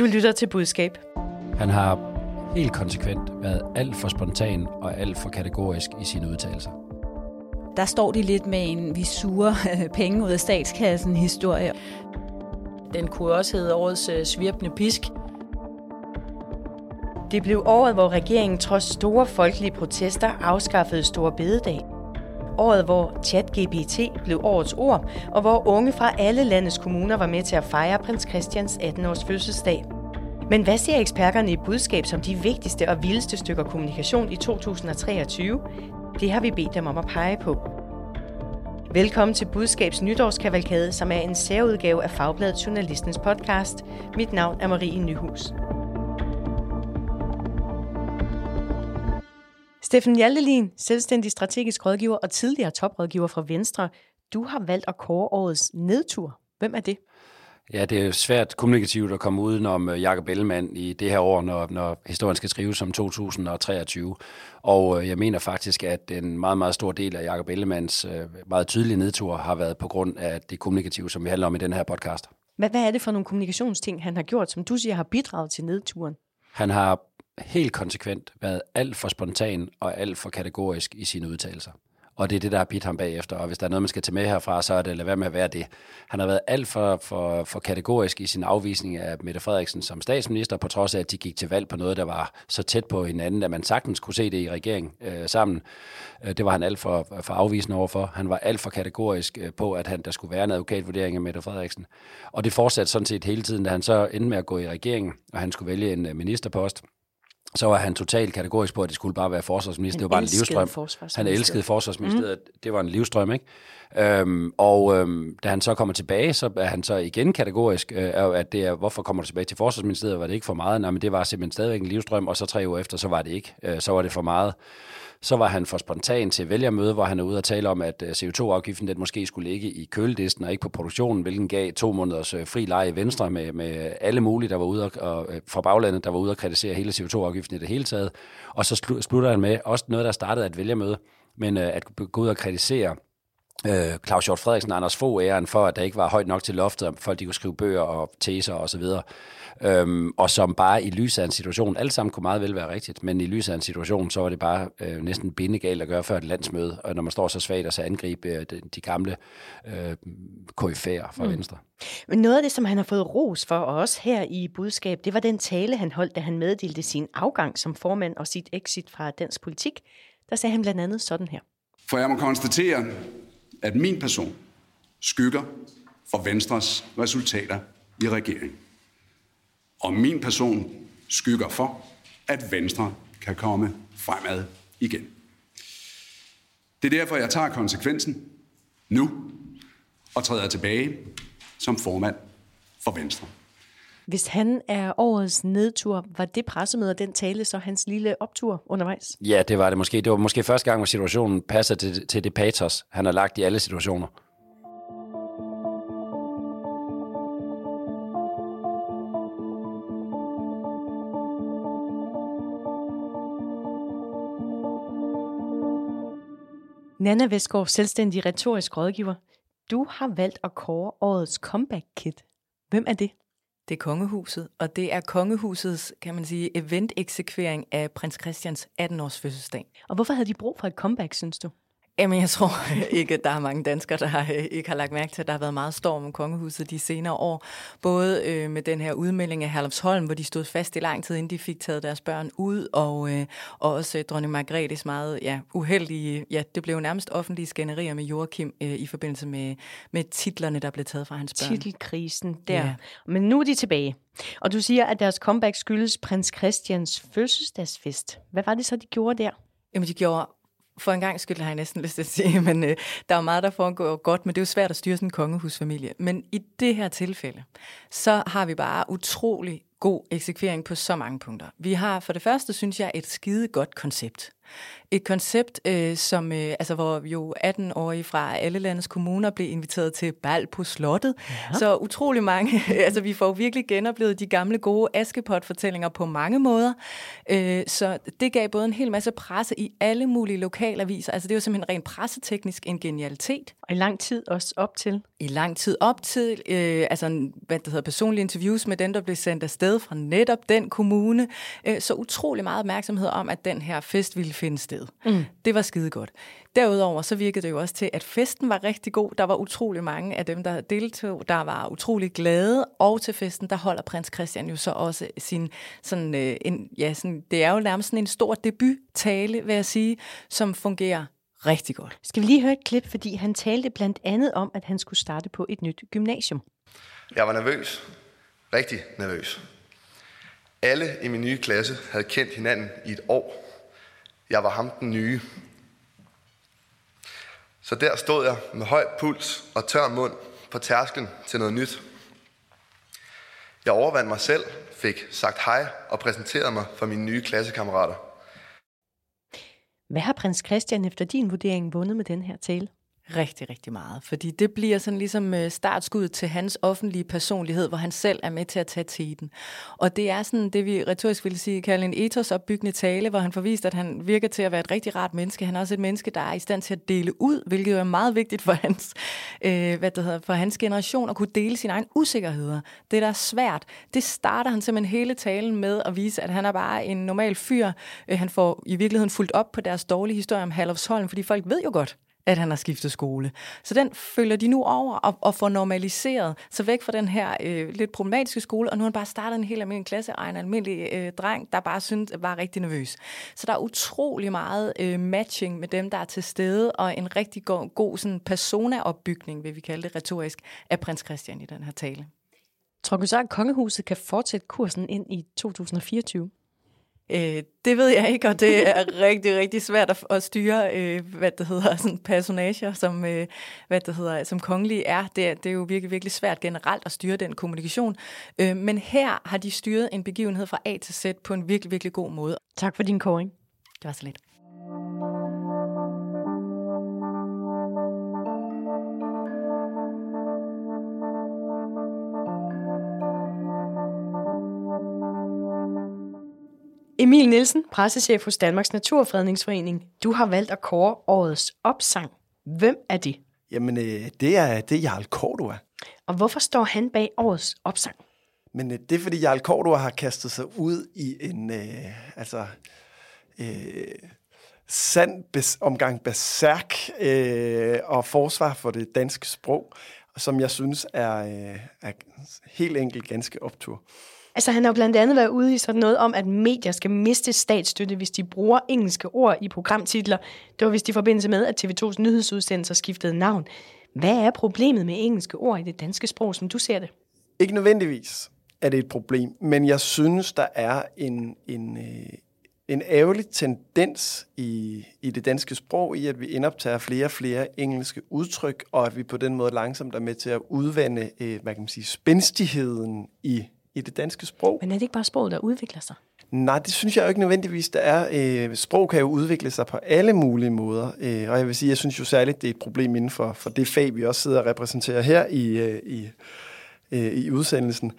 Du lytter til Budskab. Han har helt konsekvent været alt for spontan og alt for kategorisk i sine udtalelser. Der står de lidt med en vi suger penge ud af statskassen historie. Den kunne også hedde årets svirpende pisk. Det blev året, hvor regeringen trods store folkelige protester afskaffede store bededag. Året, hvor ChatGPT blev årets ord, og hvor unge fra alle landets kommuner var med til at fejre prins Christians 18-års fødselsdag. Men hvad siger eksperterne i Budskab som de vigtigste og vildeste stykker kommunikation i 2023? Det har vi bedt dem om at pege på. Velkommen til Budskabs nytårskavalkade, som er en særudgave af Fagbladet Journalistens podcast. Mit navn er Marie Nyhus. Steffen Hjaltelin, selvstændig strategisk rådgiver og tidligere toprådgiver fra Venstre. Du har valgt at kåre årets nedtur. Hvem er det? Ja, det er jo svært kommunikativt at komme udenom Jakob Ellemann i det her år, når historien skal skrives som 2023. Og jeg mener faktisk, at en meget, meget stor del af Jakob Ellemanns meget tydelige nedtur har været på grund af det kommunikative, som vi handler om i den her podcast. Hvad er det for nogle kommunikationsting, han har gjort, som du siger har bidraget til nedturen? Han har helt konsekvent været alt for spontan og alt for kategorisk i sine udtalelser. Og det er det, der har bidt ham bagefter. Og hvis der er noget, man skal tage med herfra, så er det lad være med at være det. Han har været alt for kategorisk i sin afvisning af Mette Frederiksen som statsminister, på trods af, at de gik til valg på noget, der var så tæt på hinanden, at man sagtens kunne se det i regeringen sammen. Det var han alt for afvisende overfor. Han var alt for kategorisk på, at der skulle være en advokatvurdering af Mette Frederiksen. Og det fortsatte sådan set hele tiden, da han så endte med at gå i regeringen, og han skulle vælge en ministerpost. Så var han totalt kategorisk på, at det skulle bare være forsvarsminister. Det var bare en livsstrøm. Han elskede forsvarsministeriet. Det var en livsstrøm, ikke? Da han så kommer tilbage, så er han så igen kategorisk, at det er, hvorfor kommer du tilbage til forsvarsministeriet? Var det ikke for meget? Nej, men det var simpelthen stadigvæk en livsstrøm, og så 3 uger efter, så var det ikke. Så var det for meget. Så var han for spontan til vælgermøde, hvor han er ude og tale om, at CO2-afgiften den måske skulle ligge i køledisten og ikke på produktionen, hvilken gav 2 måneders fri leje i Venstre med alle mulige, der var ude og fra baglandet, der var ude og kritisere hele CO2-afgiften i det hele taget. Og så slutter han med også noget, der startede af et vælgermøde, men at gå ud og kritisere Claus Hjort Frederiksen og Anders Fogh æren for, at der ikke var højt nok til loftet, og folk de kunne skrive bøger og teser og så videre. Og som bare i lyset af en situation, alt sammen kunne meget vel være rigtigt, men i lyset af en situation, så var det bare næsten bindegalt at gøre før et landsmøde, og når man står så svagt og så angribe de gamle koryfæer fra Venstre. Men noget af det, som han har fået ros for, og også her i Budskab, det var den tale, han holdt, da han meddelte sin afgang som formand og sit exit fra dansk politik. Der sagde han blandt andet sådan her. For jeg må konstatere, at min person skygger for Venstres resultater i regeringen. Og min person skygger for, at Venstre kan komme fremad igen. Det er derfor, jeg tager konsekvensen nu og træder tilbage som formand for Venstre. Hvis han er årets nedtur, var det pressemøde og den tale så hans lille optur undervejs? Ja, det var det måske. Det var måske første gang, hvor situationen passer til det patos, han har lagt i alle situationer. Nanna Westgaard, selvstændig retorisk rådgiver. Du har valgt at kåre årets comeback kid. Hvem er det? Det er kongehuset, og det er kongehusets, kan man sige, eventeksekvering af prins Christians 18-års fødselsdag. Og hvorfor havde de brug for et comeback, synes du? Jamen, jeg tror ikke, at der er mange danskere, der ikke har lagt mærke til, at der har været meget storm om kongehuset de senere år. Både med den her udmelding af Herlufsholm, hvor de stod fast i lang tid, inden de fik taget deres børn ud, og også dronning Margrethes meget uheldige, det blev nærmest offentlige skænderier med Joachim i forbindelse med titlerne, der blev taget fra hans børn. Titelkrisen der. Ja. Men nu er de tilbage. Og du siger, at deres comeback skyldes prins Christians fødselsdagsfest. Hvad var det så, de gjorde der? Jamen, de gjorde... For en gang skyld har jeg næsten lyst til at sige, men der er meget, der foregår godt, men det er jo svært at styre sådan en kongehusfamilie. Men i det her tilfælde, så har vi bare utrolig god eksekvering på så mange punkter. Vi har for det første, synes jeg, et skide godt koncept. Et koncept, hvor jo 18-årige fra alle landets kommuner blev inviteret til bal på slottet. Ja. Så utrolig mange, vi får virkelig genoplevet de gamle gode Askepot-fortællinger på mange måder. Så det gav både en hel masse presse i alle mulige lokalaviser. Altså det var simpelthen rent presseteknisk en genialitet. Og i lang tid også op til? I lang tid op til, personlige interviews med den, der blev sendt afsted fra netop den kommune. Så utrolig meget opmærksomhed om, at den her fest ville finde sted. Det var skide godt. Derudover så virkede det jo også til, at festen var rigtig god. Der var utrolig mange af dem, der deltog, der var utrolig glade. Og til festen, der holder prins Christian jo så også sin det er jo nærmest sådan en stor debuttale, vil jeg sige, som fungerer rigtig godt. Skal vi lige høre et klip, fordi han talte blandt andet om, at han skulle starte på et nyt gymnasium. Jeg var nervøs. Rigtig nervøs. Alle i min nye klasse havde kendt hinanden i et år. Jeg var ham den nye. Så der stod jeg med høj puls og tør mund på tærsklen til noget nyt. Jeg overvandt mig selv, fik sagt hej og præsenterede mig for mine nye klassekammerater. Hvad har prins Christian efter din vurdering vundet med den her tale? Rigtig, rigtig meget. Fordi det bliver sådan ligesom startskuddet til hans offentlige personlighed, hvor han selv er med til at tage teten. Og det er sådan det, vi retorisk vil sige, kalde en etosopbyggende tale, hvor han får vist, at han virker til at være et rigtig rart menneske. Han er også et menneske, der er i stand til at dele ud, hvilket er meget vigtigt for hans, for hans generation, at kunne dele sine egne usikkerheder. Det, der er svært, det starter han simpelthen hele talen med at vise, at han er bare en normal fyr. Han får i virkeligheden fulgt op på deres dårlige historie om Herlufsholm, fordi folk ved jo godt, at han har skiftet skole. Så den følger de nu over og får normaliseret, så væk fra den her lidt problematiske skole, og nu har han bare startet en helt almindelig klasse, og en almindelig dreng, der bare synes, var rigtig nervøs. Så der er utrolig meget matching med dem, der er til stede, og en rigtig god sådan persona-opbygning, vil vi kalde det retorisk, af prins Christian i den her tale. Tror du så, at kongehuset kan fortsætte kursen ind i 2024? Det ved jeg ikke, og det er rigtig, rigtig svært at styre, sådan personager, som kongelige er. Det er jo virkelig, virkelig svært generelt at styre den kommunikation. Men her har de styret en begivenhed fra A til Z på en virkelig, virkelig god måde. Tak for din kåring. Det var så lidt. Emil Nielsen, pressechef hos Danmarks Naturfredningsforening. Du har valgt at kåre årets opsang. Hvem er det? Jamen, det er Jarl Cordua. Og hvorfor står han bag årets opsang? Men det er, fordi Jarl Cordua har kastet sig ud i en sand omgang berserk og forsvar for det danske sprog, som jeg synes er helt enkelt ganske optur. Altså, han har jo blandt andet været ude i sådan noget om, at medier skal miste statsstøtte, hvis de bruger engelske ord i programtitler. Det var vist i forbindelse med, at TV2's nyhedsudsendelser skiftede navn. Hvad er problemet med engelske ord i det danske sprog, som du ser det? Ikke nødvendigvis er det et problem, men jeg synes, der er en ærgerlig tendens i det danske sprog i, at vi indoptager flere og flere engelske udtryk, og at vi på den måde langsomt er med til at udvande, spændstigheden i det danske sprog. Men er det ikke bare sproget, der udvikler sig? Nej, det synes jeg jo ikke nødvendigvis, der er. Sprog kan jo udvikle sig på alle mulige måder, og jeg vil sige, jeg synes jo særligt, det er et problem inden for det fag, vi også sidder og repræsenterer her i udsendelsen.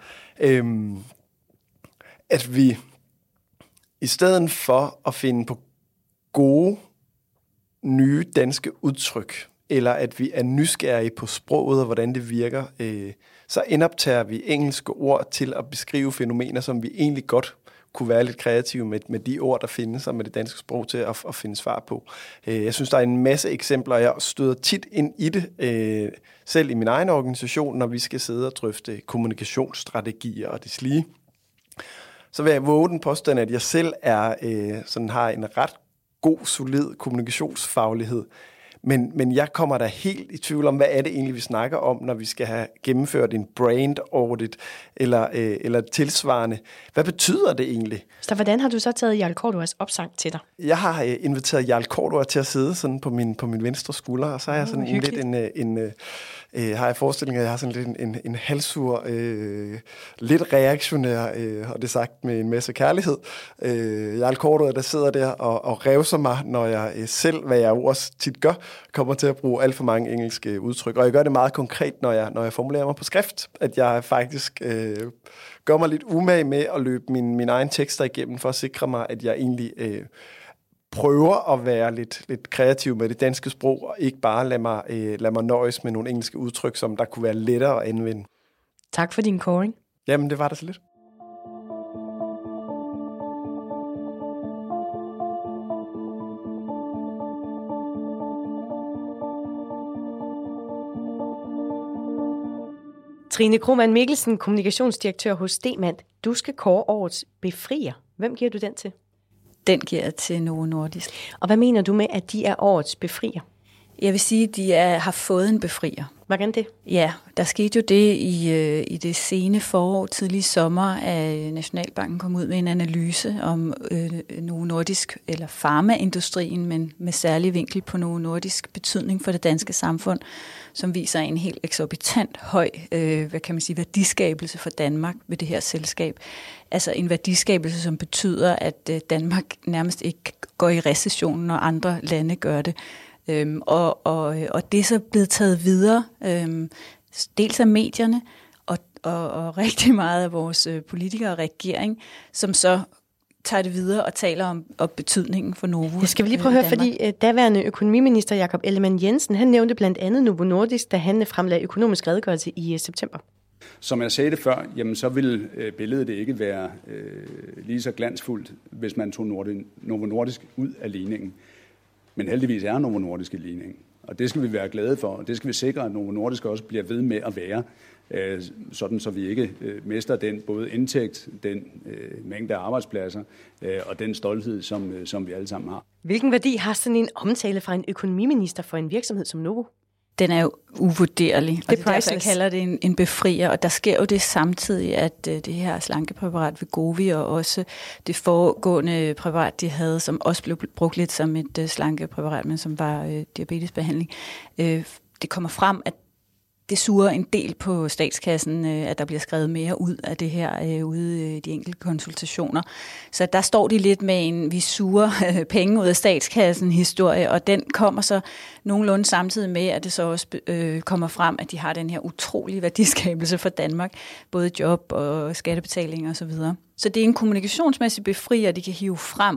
At vi i stedet for at finde på gode, nye danske udtryk, eller at vi er nysgerrige på sproget og hvordan det virker, så indoptager vi engelske ord til at beskrive fænomener, som vi egentlig godt kunne være lidt kreative med de ord, der findes, og med det danske sprog til at finde svar på. Jeg synes, der er en masse eksempler, og jeg støder tit ind i det, selv i min egen organisation, når vi skal sidde og drøfte kommunikationsstrategier og deslige. Så vil jeg våge den påstand, at jeg selv har en ret god, solid kommunikationsfaglighed, Men jeg kommer da helt i tvivl om, hvad er det egentlig, vi snakker om, når vi skal have gennemført en brand audit eller tilsvarende. Hvad betyder det egentlig? Så hvordan har du så taget Jarl Corduas opsang til dig? Jeg har inviteret Jarl Cordua til at sidde sådan på min venstre skulder, og så har jeg sådan har jeg forestilling, at jeg har sådan lidt en halvsur, lidt reaktionær, og det sagt med en masse kærlighed. Jarl Cordua, der sidder der og revser mig, når jeg selv, hvad jeg også tit gør, kommer til at bruge alt for mange engelske udtryk. Og jeg gør det meget konkret, når jeg formulerer mig på skrift, at jeg faktisk gør mig lidt umage med at løbe mine egne tekster igennem, for at sikre mig, at jeg egentlig prøver at være lidt kreativ med det danske sprog, og ikke bare lade mig nøjes med nogle engelske udtryk, som der kunne være lettere at anvende. Tak for din kåring. Jamen, det var da så lidt. Trine Krohmann Mikkelsen, kommunikationsdirektør hos Demand. Du skal kåre årets befrier. Hvem giver du den til? Den giver jeg til Novo Nordisk. Og hvad mener du med, at de er årets befrier? Jeg vil sige, at de har fået en befrier. Hvordan det? Ja, der skete jo det i det sene forår, tidlig sommer, at Nationalbanken kom ud med en analyse om Novo Nordisk, eller farmaindustrien, men med særlig vinkel på Novo Nordisk betydning for det danske samfund, som viser en helt eksorbitant høj, værdiskabelse for Danmark ved det her selskab. Altså en værdiskabelse, som betyder, at Danmark nærmest ikke går i recession, når andre lande gør det. Og det er så blevet taget videre, dels af medierne og rigtig meget af vores politikere og regering, som så tager det videre og taler om betydningen for Novo. Det skal vi lige prøve at høre, fordi daværende økonomiminister Jakob Ellemann-Jensen, han nævnte blandt andet Novo Nordisk, da han fremlagde økonomisk redegørelse i september. Som jeg sagde det før, jamen så vil billedet ikke være lige så glansfuldt, hvis man tog Novo Nordisk ud af ligningen. Men heldigvis er Novo Nordisk i ligningen, og det skal vi være glade for, og det skal vi sikre, at Novo Nordisk også bliver ved med at være, sådan så vi ikke mister den både indtægt, den mængde af arbejdspladser og den stolthed, som vi alle sammen har. Hvilken værdi har sådan en omtale fra en økonomiminister for en virksomhed som Novo? Den er jo uvurderlig, og det er derfor, jeg kalder det en befrier, og der sker jo det samtidig, at det her slankepræparat Wegovy og også det foregående præparat, de havde, som også blev brugt lidt som et slankepræparat, men som var diabetesbehandling, det kommer frem, at det suger en del på statskassen, at der bliver skrevet mere ud af det her ude i de enkelte konsultationer. Så der står de lidt med en, vi suger penge ud af statskassen historie, og den kommer så nogenlunde samtidig med, at det så også kommer frem, at de har den her utrolige værdiskabelse for Danmark, både job og skattebetaling og så videre. Så det er en kommunikationsmæssig befrier, de kan hive frem,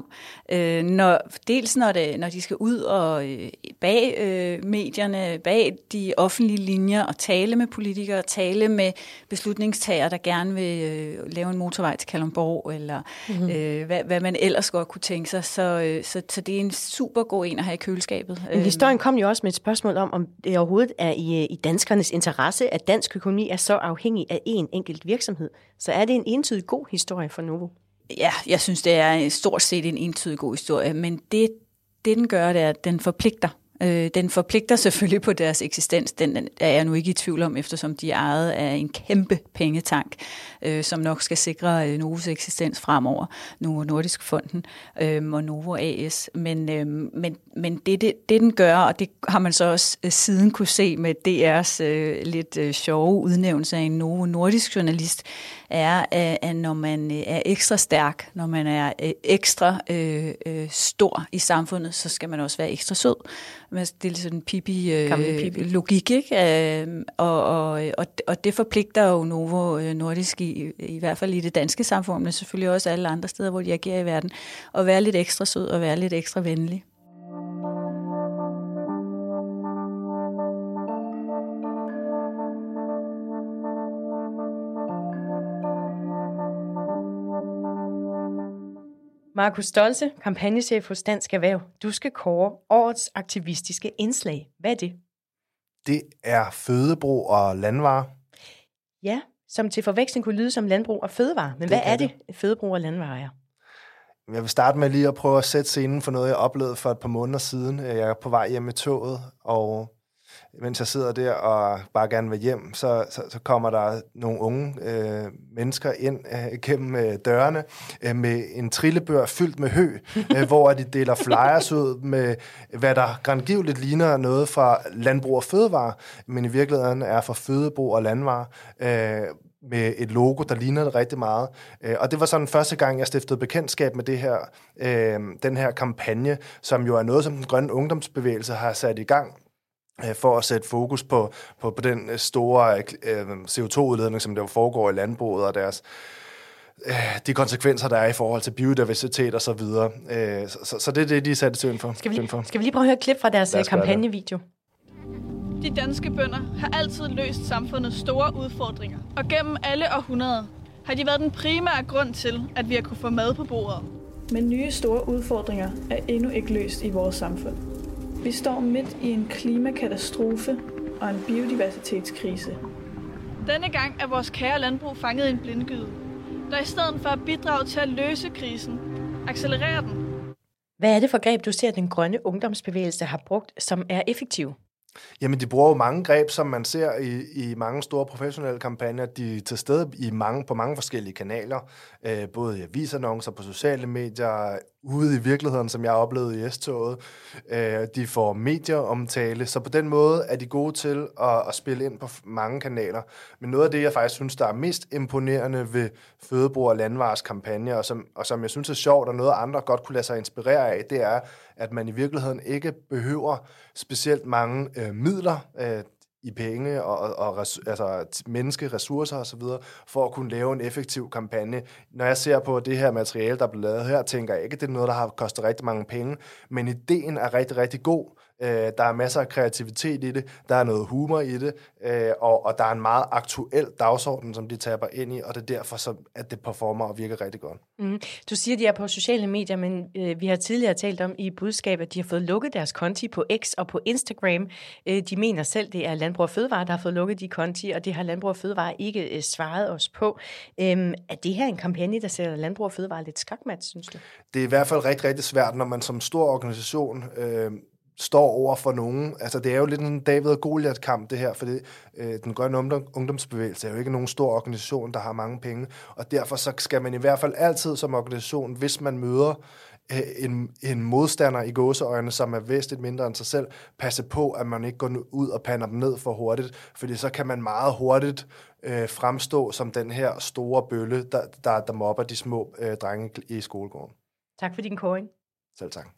når de skal ud og bag medierne, bag de offentlige linjer og tale med politikere, tale med beslutningstagere, der gerne vil lave en motorvej til Kalundborg, eller hvad man ellers godt kunne tænke sig. Så det er en super god en at have i køleskabet. Men historien kom jo også med et spørgsmål om det overhovedet er i danskernes interesse, at dansk økonomi er så afhængig af en enkelt virksomhed. Så er det en entydig god historie for Novo? Ja, jeg synes, det er stort set en entydig god historie, men det den gør, det er, at den forpligter. Den forpligter selvfølgelig på deres eksistens. Den er jeg nu ikke i tvivl om, eftersom de er ejet af en kæmpe pengetank, som nok skal sikre Novos eksistens fremover. Novo Nordisk Fonden og Novo AS. Men det den gør, og det har man så også siden kunne se med DR's lidt sjove udnævnelse af en Novo Nordisk journalist, er, at når man er ekstra stærk, når man er ekstra stor i samfundet, så skal man også være ekstra sød. Det er sådan en Pippi-logik, ikke? Og det forpligter jo Novo Nordisk i hvert fald i det danske samfund, men selvfølgelig også alle andre steder, hvor de agerer i verden, at være lidt ekstra sød og være lidt ekstra venlig. Markus Stolze, kampagnechef hos Dansk Erhverv. Du skal kåre årets aktivistiske indslag. Hvad er det? Det er fødebrug og landvarer. Ja, som til forveksling kunne lyde som landbrug og fødevare. Men hvad er det, fødebrug og landvarer er? Jeg vil starte med lige at prøve at sætte scenen for noget, jeg oplevede for et par måneder siden. Jeg er på vej hjem med toget, og mens jeg sidder der og bare gerne vil hjem, så kommer der nogle unge mennesker ind gennem dørene med en trillebør fyldt med hø, hvor de deler flyers ud med, hvad der grandgiveligt ligner noget fra Landbrug og Fødevare, men i virkeligheden er fra Fødebrug og Landvare, med et logo, der ligner det rigtig meget. Og det var sådan første gang, jeg stiftede bekendtskab med det her, den her kampagne, som jo er noget, som den grønne ungdomsbevægelse har sat i gang, for at sætte fokus på den store CO2-udledning, som der foregår i landbruget, og de konsekvenser, der er i forhold til biodiversitet og så videre. Så det er det, de er sat til for. Skal vi lige prøve at høre et klip fra deres kampagnevideo? De danske bønder har altid løst samfundets store udfordringer, og gennem alle århundreder har de været den primære grund til, at vi har kunne få mad på bordet. Men nye store udfordringer er endnu ikke løst i vores samfund. Vi står midt i en klimakatastrofe og en biodiversitetskrise. Denne gang er vores kære landbrug fanget i en blindgyde, der i stedet for at bidrage til at løse krisen, accelererer den. Hvad er det for greb, du ser, at den grønne ungdomsbevægelse har brugt, som er effektive? Jamen, de bruger jo mange greb, som man ser i mange store professionelle kampagner. De er til stede på mange forskellige kanaler, både i avisannoncer, på sociale medier, ude i virkeligheden, som jeg oplevede i S-toget. De får medieomtale, så på den måde er de gode til at spille ind på mange kanaler. Men noget af det, jeg faktisk synes, der er mest imponerende ved Fødebrug og Landvares kampagne, og som jeg synes er sjovt, og noget andre godt kunne lade sig inspirere af, det er, at man i virkeligheden ikke behøver specielt mange midler i penge og altså menneske, ressourcer osv., for at kunne lave en effektiv kampagne. Når jeg ser på det her materiale, der er blevet lavet her, tænker jeg ikke, at det er noget, der har kostet rigtig mange penge, men ideen er rigtig, rigtig god. Der er masser af kreativitet i det, der er noget humor i det, og der er en meget aktuel dagsorden, som de taber ind i, og det er derfor, at det performer og virker rigtig godt. Du siger, at de er på sociale medier, men vi har tidligere talt om i budskabet, at de har fået lukket deres konti på X og på Instagram. De mener selv, det er Landbrug og Fødevare, der har fået lukket de konti, og det har Landbrug og Fødevare ikke svaret os på. Er det her en kampagne, der sætter Landbrug og Fødevare lidt skakmat, synes du? Det er i hvert fald rigtig, rigtig svært, når man som stor organisation står over for nogen. Altså, det er jo lidt en David og Goliat-kamp, det her, for den grønne ungdomsbevægelse er jo ikke nogen stor organisation, der har mange penge, og derfor så skal man i hvert fald altid som organisation, hvis man møder en modstander i gåseøjne, som er væsentligt mindre end sig selv, passe på, at man ikke går ud og pander dem ned for hurtigt, fordi så kan man meget hurtigt fremstå som den her store bølle, der mobber de små drenge i skolegården. Tak for din kåring. Selv tak.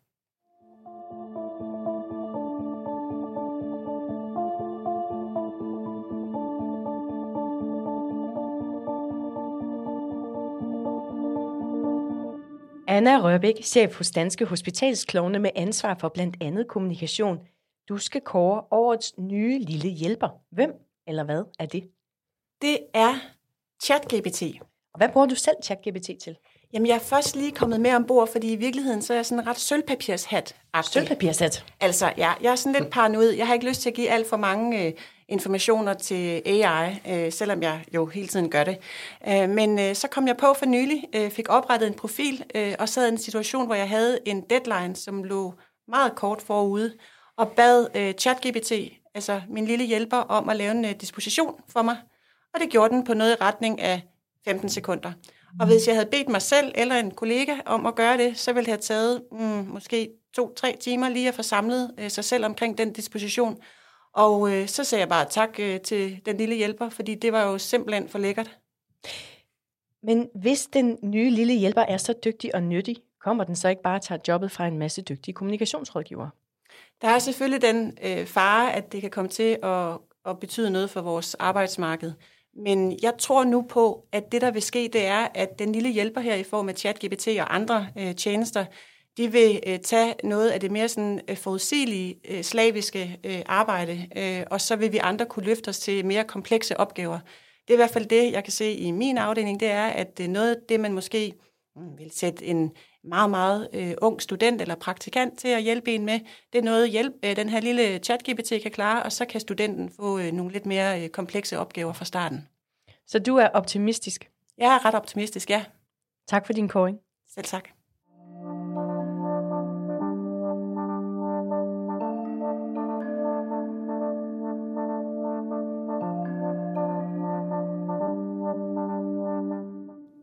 Anna Rørbæk, chef hos Danske Hospitalsklovne med ansvar for blandt andet kommunikation. Du skal kåre årets nye lille hjælper. Hvem eller hvad er det? Det er ChatGPT. Og hvad bruger du selv ChatGPT til? Jamen, jeg er først lige kommet med ombord, fordi i virkeligheden så er jeg sådan en ret sølvpapirshat. Sølvpapirshat? Altså, ja, jeg er sådan lidt paranoid. Jeg har ikke lyst til at give alt for mange informationer til AI, selvom jeg jo hele tiden gør det. Men så kom jeg på for nylig, fik oprettet en profil, og sad i en situation, hvor jeg havde en deadline, som lå meget kort forude, og bad ChatGPT, altså min lille hjælper, om at lave en disposition for mig. Og det gjorde den på noget i retning af 15 sekunder. Og hvis jeg havde bedt mig selv eller en kollega om at gøre det, så ville det have taget måske 2-3 timer lige at få samlet sig selv omkring den disposition. Og så sagde jeg bare tak til den lille hjælper, fordi det var jo simpelthen for lækkert. Men hvis den nye lille hjælper er så dygtig og nyttig, kommer den så ikke bare at tage jobbet fra en masse dygtige kommunikationsrådgivere? Der er selvfølgelig den fare, at det kan komme til at betyde noget for vores arbejdsmarked. Men jeg tror nu på, at det, der vil ske, det er, at den lille hjælper her i form af ChatGPT og andre tjenester, de vil tage noget af det mere sådan forudsigelige, slaviske arbejde, og så vil vi andre kunne løfte os til mere komplekse opgaver. Det er i hvert fald det, jeg kan se i min afdeling, det er, at noget af det, man måske vil sætte en meget, meget ung student eller praktikant til at hjælpe en med, det er noget, den her lille ChatGPT kan klare, og så kan studenten få nogle lidt mere komplekse opgaver fra starten. Så du er optimistisk? Jeg er ret optimistisk, ja. Tak for din kåring. Selv tak.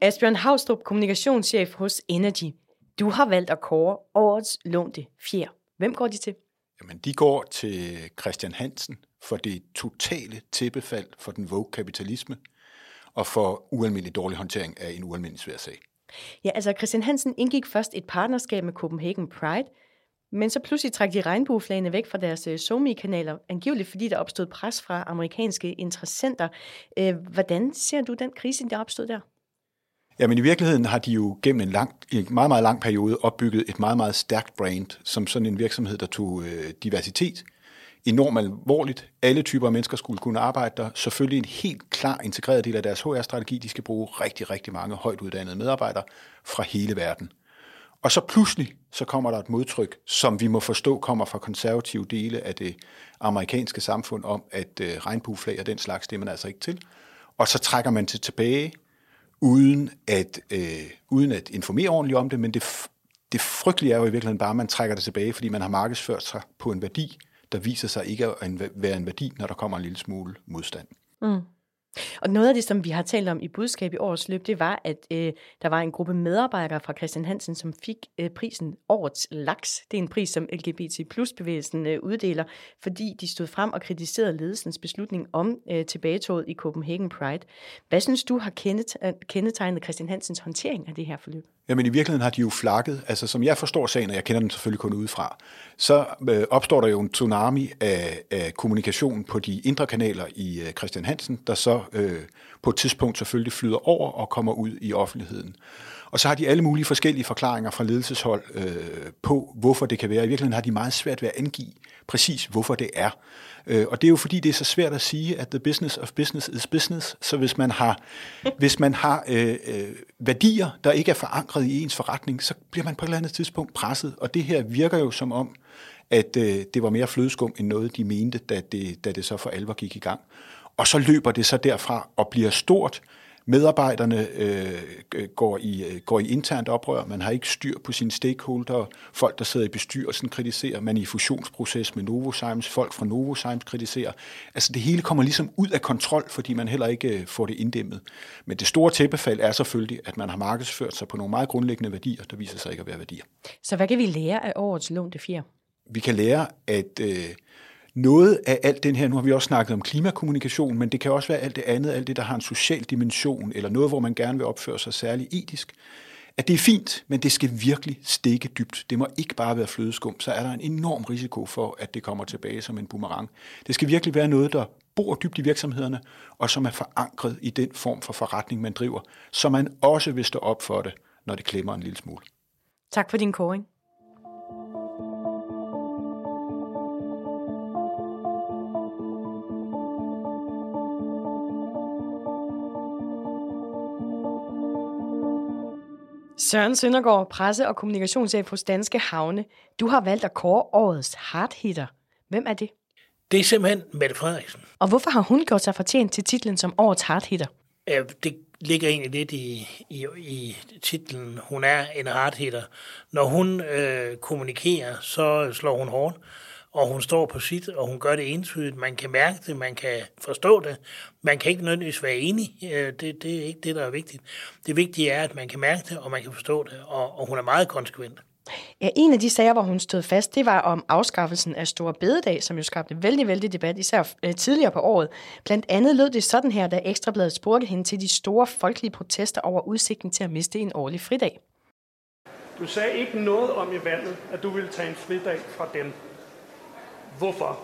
Asbjørn Haustrup, kommunikationschef hos Energy. Du har valgt at kåre årets lånte fjer. Hvem går de til? Jamen, de går til Christian Hansen for det totale tæppefald for den woke kapitalisme og for ualmindelig dårlig håndtering af en ualmindelig svær sag. Ja, altså Christian Hansen indgik først et partnerskab med Copenhagen Pride, men så pludselig trak de regnbueflagene væk fra deres SoMe-kanaler, angiveligt fordi der opstod pres fra amerikanske interessenter. Hvordan ser du den krise, der opstod der? Jamen i virkeligheden har de jo gennem en meget, meget lang periode opbygget et meget, meget stærkt brand, som sådan en virksomhed, der tog diversitet enormt alvorligt. Alle typer af mennesker skulle kunne arbejde der. Selvfølgelig en helt klar integreret del af deres HR-strategi. De skal bruge rigtig, rigtig mange højt uddannede medarbejdere fra hele verden. Og så pludselig, så kommer der et modtryk, som vi må forstå kommer fra konservative dele af det amerikanske samfund om, at regnbueflag og den slags, det er man altså ikke til. Og så trækker man det tilbage, uden at informere ordentligt om det, men det frygtelige er jo i virkeligheden bare, at man trækker det tilbage, fordi man har markedsført sig på en værdi, der viser sig ikke at være en værdi, når der kommer en lille smule modstand. Mm. Og noget af det, som vi har talt om i budskab i årets løb, det var, at der var en gruppe medarbejdere fra Christian Hansen, som fik prisen Årets Laks. Det er en pris, som LGBT+-bevægelsen uddeler, fordi de stod frem og kritiserede ledelsens beslutning om tilbagetoget i Copenhagen Pride. Hvad synes du har kendetegnet Christian Hansens håndtering af det her forløb? Jamen i virkeligheden har de jo flakket, altså som jeg forstår sagen, og jeg kender den selvfølgelig kun udefra, så opstår der jo en tsunami af kommunikation på de indre kanaler i Christian Hansen, der så på et tidspunkt selvfølgelig flyder over og kommer ud i offentligheden. Og så har de alle mulige forskellige forklaringer fra ledelseshold på, hvorfor det kan være. I virkeligheden har de meget svært ved at angive præcis, hvorfor det er. Og det er jo fordi, det er så svært at sige, at the business of business is business. Så hvis man har værdier, der ikke er forankret i ens forretning, så bliver man på et eller andet tidspunkt presset. Og det her virker jo som om, at det var mere flødeskum end noget, de mente, da det så for alvor gik i gang. Og så løber det så derfra og bliver stort. Medarbejderne går i internt oprør. Man har ikke styr på sine stakeholder. Folk, der sidder i bestyrelsen, kritiserer. Man er i fusionsproces med Novozymes. Folk fra Novozymes kritiserer. Altså det hele kommer ligesom ud af kontrol, fordi man heller ikke får det inddæmmet. Men det store tæppefald er selvfølgelig, at man har markedsført sig på nogle meget grundlæggende værdier, der viser sig ikke at være værdier. Så hvad kan vi lære af årets lånte fjer? Vi kan lære, at noget af alt den her, nu har vi også snakket om klimakommunikation, men det kan også være alt det andet, alt det, der har en social dimension, eller noget, hvor man gerne vil opføre sig særlig etisk, at det er fint, men det skal virkelig stikke dybt. Det må ikke bare være flødeskum, så er der en enorm risiko for, at det kommer tilbage som en boomerang. Det skal virkelig være noget, der bor dybt i virksomhederne, og som er forankret i den form for forretning, man driver, så man også vil stå op for det, når det klemmer en lille smule. Tak for din kåring. Søren Søndergaard, presse- og kommunikationschef hos Danske Havne. Du har valgt at kåre årets hardhitter. Hvem er det? Det er simpelthen Mette Frederiksen. Og hvorfor har hun gjort sig fortjent til titlen som årets hardhitter? Det ligger egentlig lidt i titlen. Hun er en hardhitter. Når hun kommunikerer, så slår hun hårdt. Og hun står på sit, og hun gør det entydigt. Man kan mærke det, man kan forstå det. Man kan ikke nødvendigvis være enig. Det er ikke det, der er vigtigt. Det vigtige er, at man kan mærke det, og man kan forstå det. Og hun er meget konsekvent. Ja, en af de sager, hvor hun stod fast, det var om afskaffelsen af Store Bededag, som jo skabte vældig debat, især tidligere på året. Blandt andet lød det sådan her, da Ekstrabladet spurgte hende til de store folkelige protester over udsigten til at miste en årlig fridag. Du sagde ikke noget om i valget, at du ville tage en fridag fra dem. Hvorfor?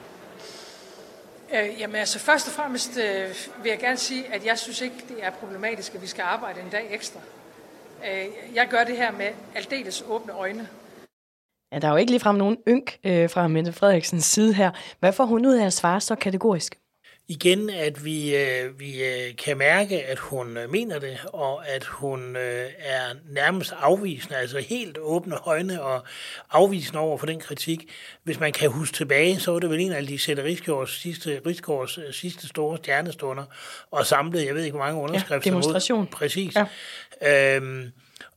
Jamen altså først og fremmest vil jeg gerne sige, at jeg synes ikke, det er problematisk, at vi skal arbejde en dag ekstra. Jeg gør det her med aldeles åbne øjne. Ja, der er jo ikke ligefrem nogen ynk fra Mette Frederiksens side her. Hvad får hun ud af at svare så kategorisk? Igen, at vi kan mærke, at hun mener det, og at hun er nærmest afvisende, altså helt åbne øjne og afvisende over for den kritik. Hvis man kan huske tilbage, så var det vel en af Lizette Risgaards sidste store stjernestunder, og samlede, jeg ved ikke hvor mange underskrifter. Ja, demonstration. Præcis. Ja.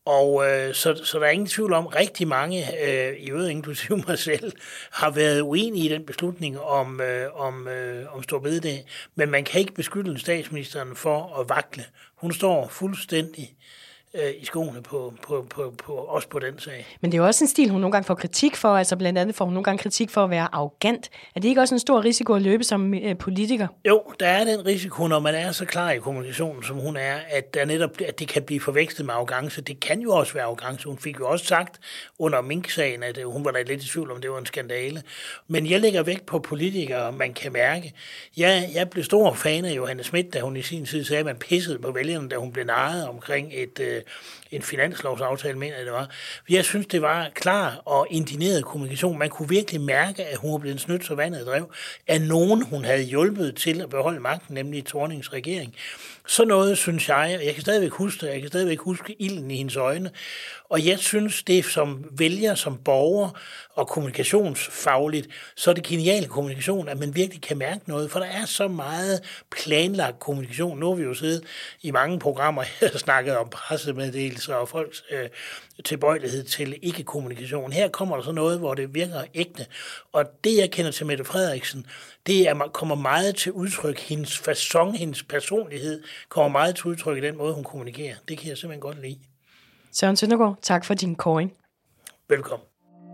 Og så der er ingen tvivl om, rigtig mange, i øvrigt inklusive mig selv, har været uenige i den beslutning om store bededag. Men man kan ikke beskylde statsministeren for at vakle. Hun står fuldstændig i skoene på også på den sag. Men det er jo også en stil, hun nogle gange får kritik for, altså blandt andet får hun nogle gange kritik for at være arrogant. Er det ikke også en stor risiko at løbe som politiker? Jo, der er den risiko, når man er så klar i kommunikationen, som hun er, at det kan blive forvekslet med arrogance. Det kan jo også være arrogance. Hun fik jo også sagt under Mink-sagen, at hun var da lidt i tvivl om, det var en skandale. Men jeg lægger vægt på politikere, man kan mærke. Jeg blev stor fan af Johanne Schmidt, da hun i sin tid sagde, at man pissede på vælgerne, da hun blev narret omkring en finanslovsaftale, mener jeg det var. Jeg synes, det var klar og indigneret kommunikation. Man kunne virkelig mærke, at hun var blevet snydt, så vandet drev, af nogen, hun havde hjulpet til at beholde magten, nemlig Thornings regering. Så noget, synes jeg, og jeg kan stadigvæk huske ilden i hendes øjne, og jeg synes, det som vælger, som borger og kommunikationsfagligt, så er det geniale kommunikation, at man virkelig kan mærke noget, for der er så meget planlagt kommunikation. Nu har vi jo siddet i mange programmer og snakket om pressemeddelelser og folks tilbøjelighed til ikke-kommunikation. Her kommer der så noget, hvor det virker ægte. Og det, jeg kender til Mette Frederiksen, det kommer meget til udtryk. Hendes facon, hendes personlighed kommer meget til udtryk i den måde, hun kommunikerer. Det kan jeg simpelthen godt lide. Søren Søndergaard, tak for din kåring. Velkommen.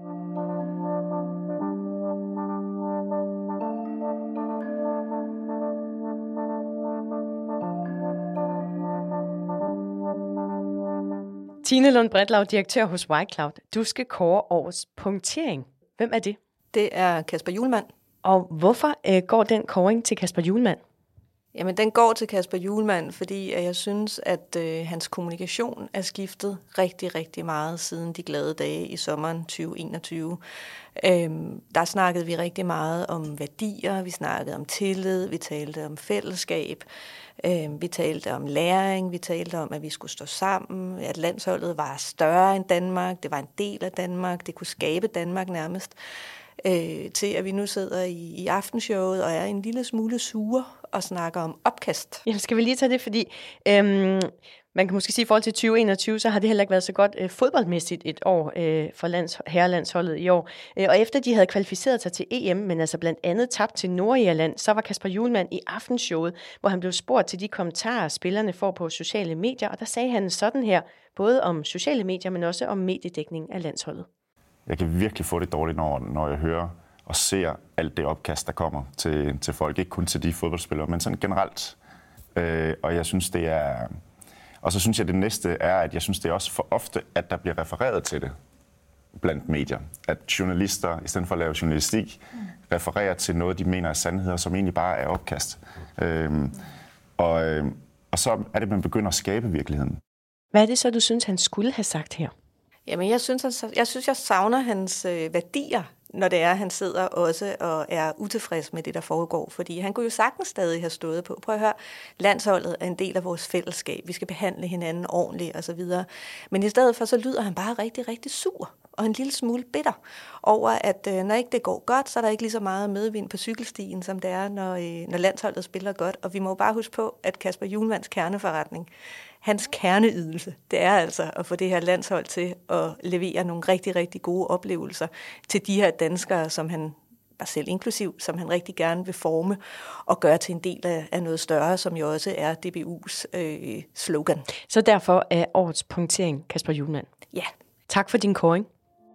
Tine Lund Bretlau, direktør hos White Cloud. Du skal kåre årets punktering. Hvem er det? Det er Kasper Hjulmand. Og hvorfor går den kåring til Kasper Hjulmand? Jamen, den går til Kasper Hjulmand, fordi jeg synes, at hans kommunikation er skiftet rigtig, rigtig meget siden de glade dage i sommeren 2021. Der snakkede vi rigtig meget om værdier, vi snakkede om tillid, vi talte om fællesskab, vi talte om læring, vi talte om, at vi skulle stå sammen, at landsholdet var større end Danmark, det var en del af Danmark, det kunne skabe Danmark nærmest. Til at vi nu sidder i aftenshowet og er en lille smule sure og snakker om opkast. Ja, skal vi lige tage det, fordi man kan måske sige, at i forhold til 2021, så har det heller ikke været så godt fodboldmæssigt et år for herrelandsholdet i år. Og efter de havde kvalificeret sig til EM, men altså blandt andet tabt til Nordirland, så var Kasper Hjulmand i aftenshowet, hvor han blev spurgt til de kommentarer, spillerne får på sociale medier, og der sagde han sådan her, både om sociale medier, men også om mediedækning af landsholdet. Jeg kan virkelig få det dårligt, når jeg hører og ser alt det opkast, der kommer til folk. Ikke kun til de fodboldspillere, men sådan generelt. Og jeg synes, det er... Og så synes jeg, det næste er, at jeg synes, det er også for ofte, at der bliver refereret til det blandt medier. At journalister, i stedet for at lave journalistik, refererer til noget, de mener er sandheder, som egentlig bare er opkast. Og så er det, at man begynder at skabe virkeligheden. Hvad er det så, du synes, han skulle have sagt her? Jamen, jeg synes, jeg savner hans værdier, når det er, han sidder også og er utilfreds med det, der foregår. Fordi han kunne jo sagtens stadig have stået på. Prøv at høre, landsholdet er en del af vores fællesskab. Vi skal behandle hinanden ordentligt osv. Men i stedet for, så lyder han bare rigtig, rigtig sur og en lille smule bitter over, at når ikke det går godt, så er der ikke lige så meget medvind på cykelstien, som det er, når landsholdet spiller godt. Og vi må bare huske på, at Kasper Hjulmands kerneforretning, hans kerneydelse, det er altså at få det her landshold til at levere nogle rigtig, rigtig gode oplevelser til de her danskere, som han, bare selv inklusiv, som han rigtig gerne vil forme og gøre til en del af noget større, som jo også er DBU's slogan. Så derfor er årets punktering Kasper Hjulmand. Ja. Tak for din kåring.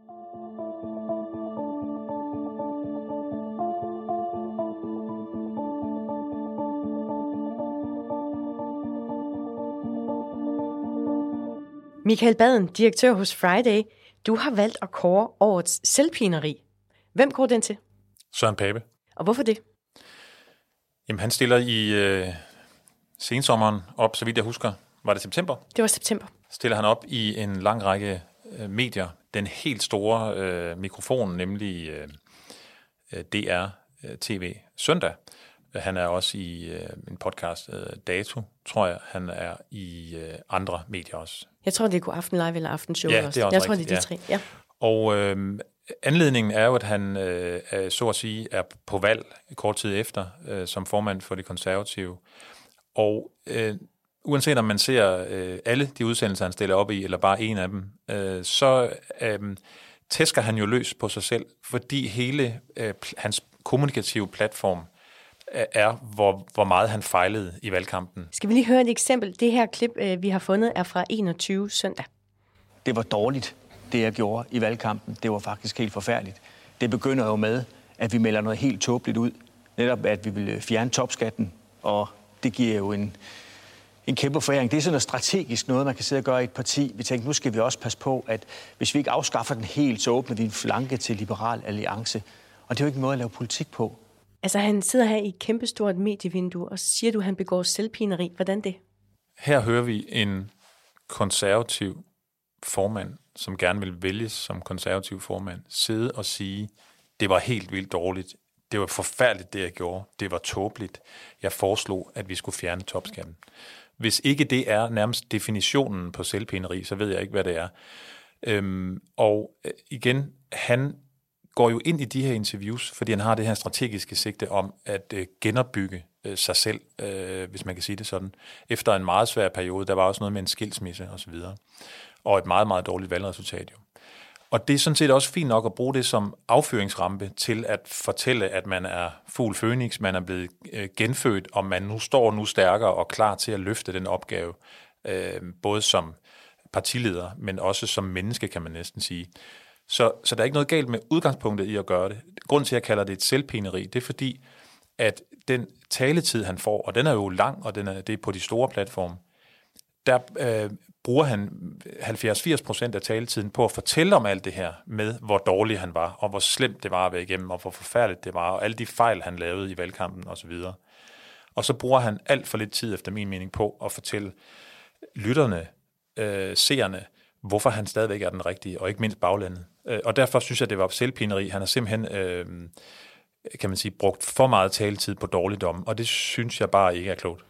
Michael Baden, direktør hos Friday. Du har valgt at kåre årets selvpineri. Hvem går den til? Søren Pape. Og hvorfor det? Jamen, han stiller i sensommeren op, så vidt jeg husker. Var det september? Det var september. Stiller han op i en lang række medier. Den helt store mikrofon, nemlig DR TV søndag. Han er også i en podcast, Dato, tror jeg. Han er i andre medier også. Jeg tror, det er God Aften Live eller Aftenshow også. Det er også jeg tror, det er de tre. Ja. Og anledningen er jo, at han så at sige er på valg kort tid efter som formand for De Konservative. Og uanset om man ser alle de udsendelser, han stiller op i, eller bare en af dem, så tæsker han jo løs på sig selv, fordi hele hans kommunikative platform er, hvor meget han fejlede i valgkampen. Skal vi lige høre et eksempel? Det her klip, vi har fundet, er fra 21 søndag. Det var dårligt, det jeg gjorde i valgkampen. Det var faktisk helt forfærdeligt. Det begynder jo med, at vi melder noget helt tåbeligt ud. Netop, at vi vil fjerne topskatten, og det giver jo en kæmpe foræring. Det er sådan noget strategisk noget, man kan sidde og gøre i et parti. Vi tænkte, nu skal vi også passe på, at hvis vi ikke afskaffer den helt, så åbner vi en flanke til Liberal Alliance. Og det er jo ikke en måde at lave politik på. Altså, han sidder her i et kæmpestort medievindue, og siger du, at han begår selvpineri. Hvordan det? Her hører vi en konservativ formand, som gerne vil vælges som konservativ formand, sidde og sige, det var helt vildt dårligt. Det var forfærdeligt, det jeg gjorde. Det var tåbeligt. Jeg foreslog, at vi skulle fjerne topskatten. Hvis ikke det er nærmest definitionen på selvpineri, så ved jeg ikke, hvad det er. Igen, han går jo ind i de her interviews, fordi han har det her strategiske sigte om at genopbygge sig selv, hvis man kan sige det sådan, efter en meget svær periode. Der var også noget med en skilsmisse osv. Og et meget, meget dårligt valgresultat jo. Og det er sådan set også fint nok at bruge det som affyringsrampe til at fortælle, at man er fugl Fønix, man er blevet genfødt, og man nu står stærkere og klar til at løfte den opgave, både som partileder, men også som menneske, kan man næsten sige. Så der er ikke noget galt med udgangspunktet i at gøre det. Grunden til, at jeg kalder det et selvpineri, det er fordi, at den taletid, han får, og den er jo lang, og det er på de store platforme, der bruger han 70-80% af taletiden på at fortælle om alt det her med, hvor dårlig han var, og hvor slemt det var at være igennem, og hvor forfærdeligt det var, og alle de fejl, han lavede i valgkampen osv. Og så bruger han alt for lidt tid, efter min mening, på at fortælle lytterne, seerne, hvorfor han stadigvæk er den rigtige, og ikke mindst baglandet. Og derfor synes jeg, det var selvpineri. Han har simpelthen, kan man sige, brugt for meget taletid på dårligdom, og det synes jeg bare ikke er klogt.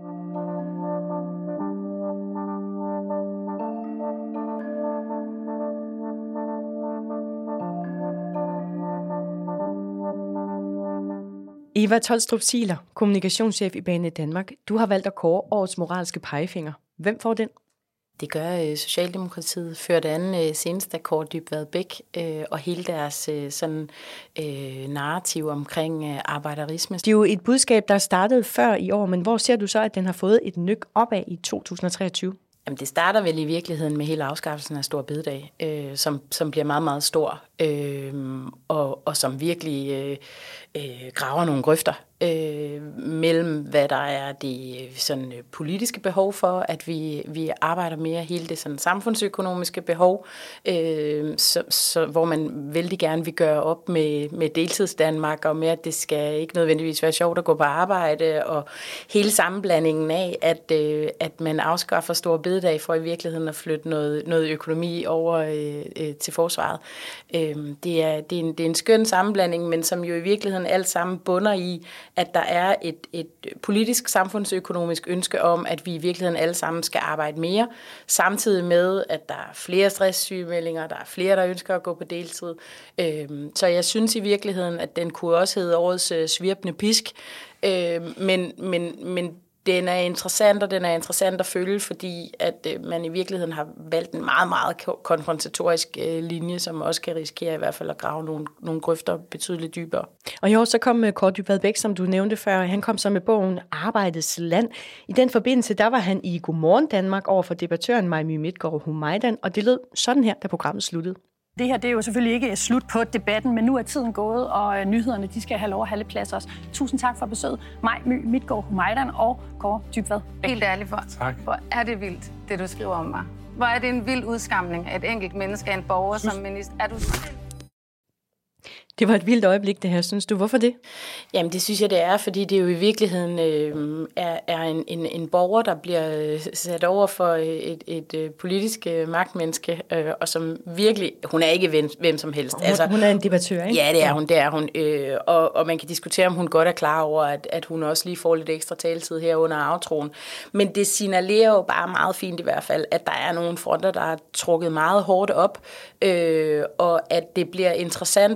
Eva Tolstrup Ziegler, kommunikationschef i Banedanmark. Du har valgt at kåre årets moralske pegefinger. Hvem får den? Det gør Socialdemokratiet, førte an senest af Kaare Dybvad Bek og hele deres narrativ omkring arbejderisme. Det er jo et budskab, der startede før i år, men hvor ser du så, at den har fået et nyk opad i 2023? Jamen, det starter vel i virkeligheden med hele afskaffelsen af Store Bededag, som bliver meget, meget stor, og som virkelig graver nogle grøfter mellem, hvad der er det sådan politiske behov for, at vi arbejder mere, hele det sådan samfundsøkonomiske behov, hvor man vældig gerne vil gøre op med deltidsdanmark, og med, at det skal ikke nødvendigvis være sjovt at gå på arbejde, og hele sammenblandingen af, at man afskaffer Store Bededag for i virkeligheden at flytte noget økonomi over til forsvaret. Det er en skøn sammenblanding, men som jo i virkeligheden alt sammen bunder i, at der er et politisk samfundsøkonomisk ønske om, at vi i virkeligheden alle sammen skal arbejde mere, samtidig med, at der er flere stresssygemeldinger, der er flere, der ønsker at gå på deltid. Så jeg synes i virkeligheden, at den kunne også hedde årets svirpende pisk, men den er interessant, og den er interessant at følge, fordi at man i virkeligheden har valgt en meget, meget konfrontatorisk linje, som også kan risikere i hvert fald at grave nogle grøfter betydeligt dybere. Og i år så kom Kaare Dybvad Bek, som du nævnte før, han kom så med bogen Arbejdets Land. I den forbindelse, der var han i Godmorgen Danmark over for debattøren Mai-My Midtgaard Humaydan, og det lød sådan her, da programmet sluttede. Det her det er jo selvfølgelig ikke slut på debatten, men nu er tiden gået, og nyhederne de skal have lov at have lidt plads også. Tusind tak for besøget, Mai-My Midtgaard Humaydan og Kaare Dybvad Bek. Helt ærligt, hvor er det vildt, det du skriver om mig. Hvor er det en vild udskamning af et enkelt menneske af en borger som minister. Er du... Det var et vildt øjeblik, det her, synes du. Hvorfor det? Jamen, det synes jeg, det er, fordi det jo i virkeligheden er en borger, der bliver sat over for et politisk magtmenneske, og som virkelig, hun er ikke hvem som helst. Hun er en debattør, ikke? Ja, det er hun. Og man kan diskutere, om hun godt er klar over, at hun også lige får lidt ekstra taletid her under aftroen. Men det signalerer jo bare meget fint i hvert fald, at der er nogle fronter, der er trukket meget hårdt op, og at det bliver interessant at følge,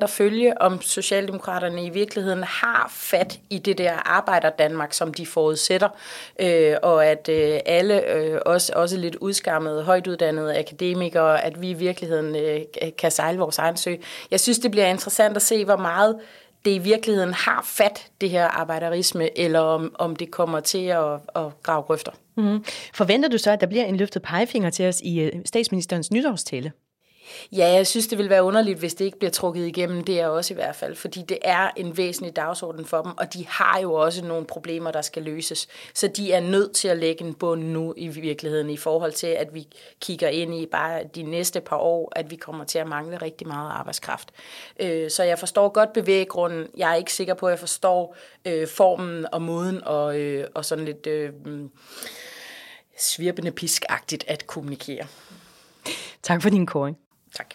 følge, om Socialdemokraterne i virkeligheden har fat i det der arbejder Danmark, som de forudsætter, og at alle, også lidt udskammede, højtuddannede akademikere, at vi i virkeligheden kan sejle vores egen sø. Jeg synes, det bliver interessant at se, hvor meget det i virkeligheden har fat, det her arbejderisme, eller om det kommer til at grave grøfter. Mm. Forventer du så, at der bliver en løftet pegefinger til os i statsministerens nytårstale? Ja, jeg synes, det vil være underligt, hvis det ikke bliver trukket igennem. Det er også i hvert fald, fordi det er en væsentlig dagsorden for dem, og de har jo også nogle problemer, der skal løses. Så de er nødt til at lægge en bund nu i virkeligheden, i forhold til, at vi kigger ind i bare de næste par år, at vi kommer til at mangle rigtig meget arbejdskraft. Så jeg forstår godt bevæggrunden. Jeg er ikke sikker på, at jeg forstår formen og måden og sådan lidt svirpende piskagtigt at kommunikere. Tak for din kåring. Tak.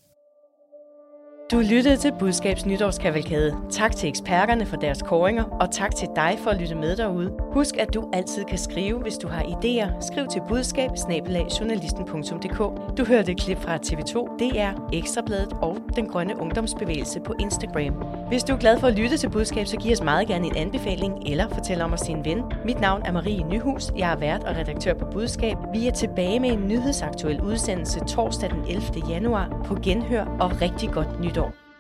Du lyttede til Budskabs nytårskavalkade. Tak til eksperterne for deres kåringer, og tak til dig for at lytte med derude. Husk, at du altid kan skrive, hvis du har idéer. Skriv til budskab@journalisten.dk. Du hørte et klip fra TV2, DR, Ekstrabladet og Den Grønne Ungdomsbevægelse på Instagram. Hvis du er glad for at lytte til Budskab, så giv os meget gerne en anbefaling eller fortæl om os til en ven. Mit navn er Marie Nyhus. Jeg er vært og redaktør på Budskab. Vi er tilbage med en nyhedsaktuel udsendelse torsdag den 11. januar på Genhør, og rigtig godt nytår.